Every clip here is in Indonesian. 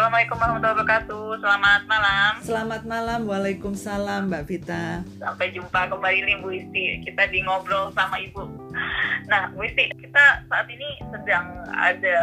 Assalamualaikum warahmatullahi wabarakatuh. Selamat malam. Selamat malam, waalaikumsalam Mbak Vita. Sampai jumpa kembali nih Bu Isti. Kita di ngobrol sama Ibu. Nah Bu Isti, kita saat ini sedang ada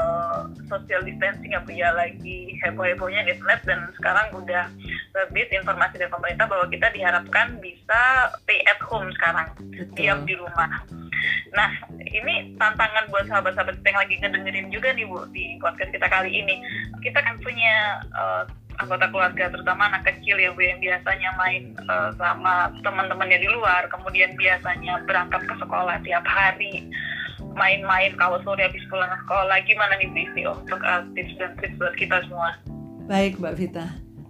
social distancing ya, lagi heboh-hebohnya di internet, dan sekarang udah terbit informasi dari pemerintah bahwa kita diharapkan bisa stay at home sekarang, diam di rumah. Nah, ini tantangan buat sahabat-sahabat kita yang lagi ngedengerin juga nih Bu, di podcast kita kali ini. Kita kan punya anggota keluarga, terutama anak kecil ya Bu, yang biasanya main sama teman-temannya di luar, kemudian biasanya berangkat ke sekolah tiap hari, main-main kalau sore habis pulang sekolah. Gimana nih Bu Isti untuk tips dan trik buat kita semua? Baik Mbak Vita.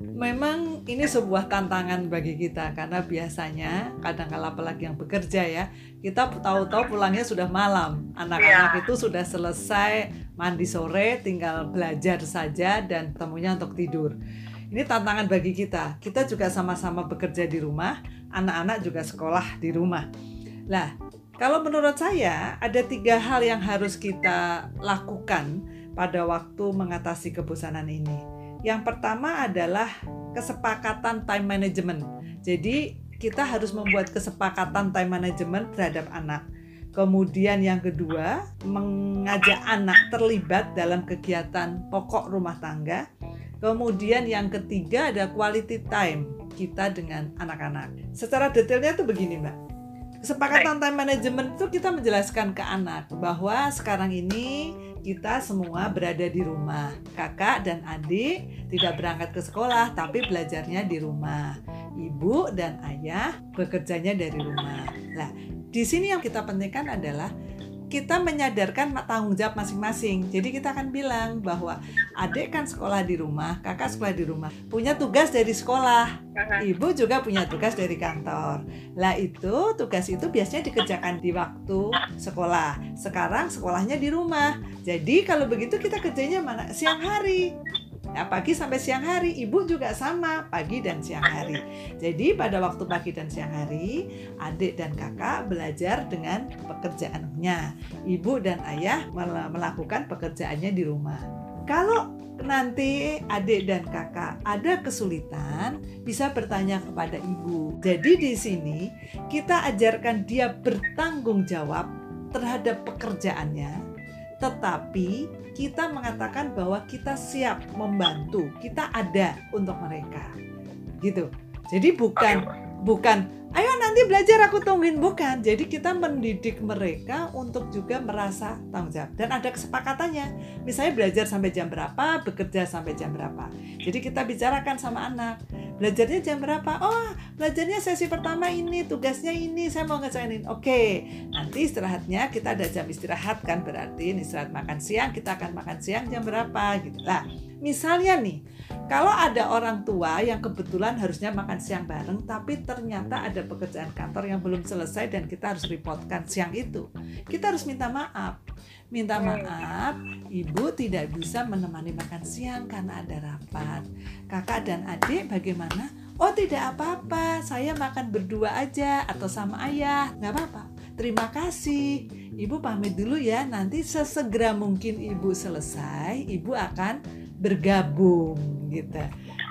Memang ini sebuah tantangan bagi kita, karena biasanya kadang-kala apalagi yang bekerja ya, kita tahu-tahu pulangnya sudah malam. Anak-anak itu sudah selesai mandi sore, tinggal belajar saja dan temunya untuk tidur. Ini tantangan bagi kita. Kita juga sama-sama bekerja di rumah, anak-anak juga sekolah di rumah. Nah, kalau menurut saya ada 3 hal yang harus kita lakukan pada waktu mengatasi kebosanan ini. Yang pertama adalah kesepakatan time management. Jadi kita harus membuat kesepakatan time management terhadap anak. Kemudian yang kedua, mengajak anak terlibat dalam kegiatan pokok rumah tangga. Kemudian yang ketiga ada quality time kita dengan anak-anak. Secara detailnya tuh begini Mbak. Kesepakatan time management itu kita menjelaskan ke anak bahwa sekarang ini kita semua berada di rumah. Kakak dan adik tidak berangkat ke sekolah, tapi belajarnya di rumah. Ibu dan ayah bekerjanya dari rumah. Nah, di sini yang kita pentingkan adalah kita menyadarkan tanggung jawab masing-masing. Jadi kita akan bilang bahwa adik kan sekolah di rumah, kakak sekolah di rumah, punya tugas dari sekolah, ibu juga punya tugas dari kantor. Lah itu tugas itu biasanya dikerjakan di waktu sekolah. Sekarang sekolahnya di rumah. Jadi kalau begitu kita kerjanya mana? Siang hari. Ya, pagi sampai siang hari, ibu juga sama, pagi dan siang hari. Jadi pada waktu pagi dan siang hari, adik dan kakak belajar dengan pekerjaannya. Ibu dan ayah melakukan pekerjaannya di rumah. Kalau nanti adik dan kakak ada kesulitan, bisa bertanya kepada ibu. Jadi di sini kita ajarkan dia bertanggung jawab terhadap pekerjaannya, tetapi kita mengatakan bahwa kita siap membantu, kita ada untuk mereka, gitu. Jadi bukan, ayo nanti belajar aku tungguin, bukan. Jadi kita mendidik mereka untuk juga merasa tanggung jawab dan ada kesepakatannya. Misalnya belajar sampai jam berapa, bekerja sampai jam berapa. Jadi kita bicarakan sama anak, belajarnya jam berapa? Oh, belajarnya sesi pertama ini, tugasnya ini, saya mau ngerjain. Oke, nanti istirahatnya kita ada jam istirahat kan, berarti istirahat makan siang, kita akan makan siang jam berapa gitu. Lah, misalnya nih, kalau ada orang tua yang kebetulan harusnya makan siang bareng, tapi ternyata ada pekerjaan kantor yang belum selesai dan kita harus reportkan siang itu, kita harus minta maaf. Minta maaf, ibu tidak bisa menemani makan siang karena ada rapat. Kakak dan adik bagaimana? Oh tidak apa-apa, saya makan berdua aja atau sama ayah, nggak apa-apa. Terima kasih, ibu pamit dulu ya, nanti sesegera mungkin ibu selesai, ibu akan bergabung gitu.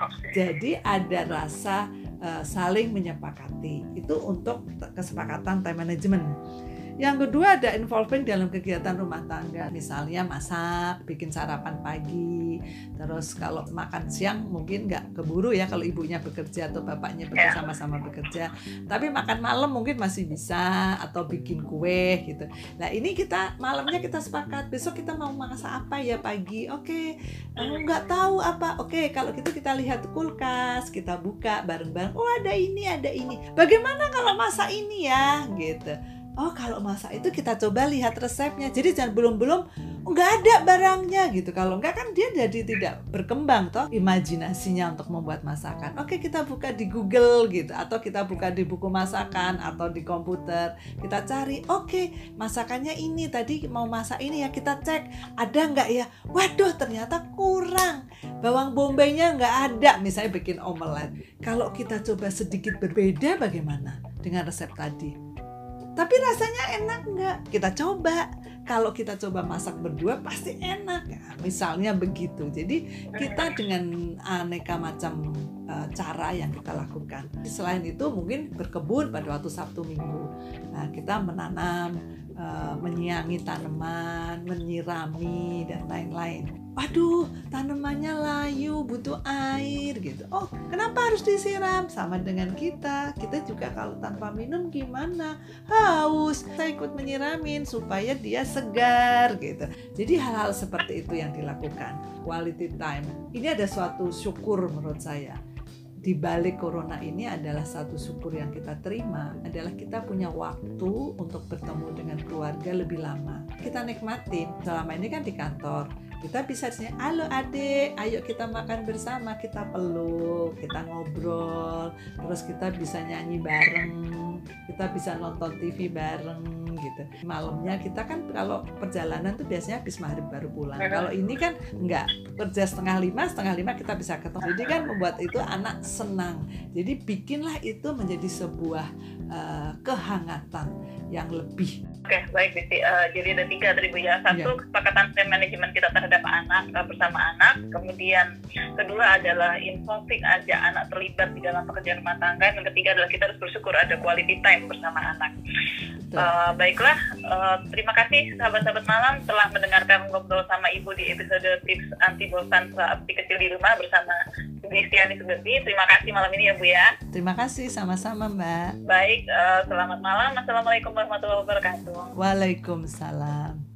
Jadi ada rasa saling menyepakati. Itu untuk kesepakatan time management. Yang kedua ada involving dalam kegiatan rumah tangga, misalnya masak, bikin sarapan pagi, terus kalau makan siang mungkin nggak keburu ya kalau ibunya bekerja atau bapaknya sama-sama bekerja, tapi makan malam mungkin masih bisa, atau bikin kue gitu. Nah ini kita malamnya kita sepakat, besok kita mau masak apa ya pagi, oke, nggak tahu apa, oke, kalau gitu kita lihat kulkas, kita buka bareng-bareng, oh ada ini, bagaimana kalau masak ini ya gitu. Oh kalau masak itu kita coba lihat resepnya. Jadi jangan belum nggak ada barangnya gitu. Kalau nggak kan dia jadi tidak berkembang toh imajinasinya untuk membuat masakan. Oke kita buka di Google gitu, atau kita buka di buku masakan atau di komputer. Kita cari, oke, masakannya ini, tadi mau masak ini ya, kita cek ada nggak ya. Waduh ternyata kurang, bawang bombaynya nggak ada, misalnya bikin omelet. Kalau kita coba sedikit berbeda bagaimana dengan resep tadi? Tapi rasanya enak nggak? Kita coba. kalau kita coba masak berdua pasti enak ya, misalnya begitu. Jadi kita dengan aneka macam cara yang kita lakukan. Selain itu mungkin berkebun pada waktu Sabtu Minggu. Nah, kita menanam, menyiangi tanaman, menyirami dan lain-lain. Aduh, tanamannya layu, butuh air gitu. Oh, kenapa harus disiram? Sama dengan kita juga kalau tanpa minum gimana? Haus. Saya ikut menyiramin supaya dia segar gitu. Jadi hal-hal seperti itu yang dilakukan. Quality time. Ini ada suatu syukur menurut saya. Di balik corona ini adalah satu syukur yang kita terima adalah kita punya waktu untuk bertemu dengan keluarga lebih lama. Kita nikmatin. Selama ini kan di kantor. Kita bisa disini, halo adik, ayo kita makan bersama, kita peluk, kita ngobrol, terus kita bisa nyanyi bareng, kita bisa nonton TV bareng gitu. Malamnya kita kan kalau perjalanan tuh biasanya habis maghrib baru pulang. Kalau ini kan enggak, kerja setengah lima kita bisa ketemu. Jadi kan membuat itu anak senang. Jadi bikinlah itu menjadi sebuah kehangatan yang lebih. Oke, baik Bisti. Jadi ada 3 tadi Bu ya. Satu, kesepakatan time management kita terhadap anak, bersama anak. Kemudian kedua adalah involving aja anak terlibat di dalam pekerjaan rumah tangga. Dan ketiga adalah kita harus bersyukur ada quality time bersama anak. Baiklah, terima kasih sahabat-sahabat malam telah mendengarkan ngobrol sama Ibu di episode tips anti bosan saat kecil di rumah bersama Kristiani Sugesti. Terima kasih malam ini ya Bu ya. Terima kasih, sama-sama Mbak. Baik, selamat malam. Assalamualaikum warahmatullahi wabarakatuh. Waalaikumsalam.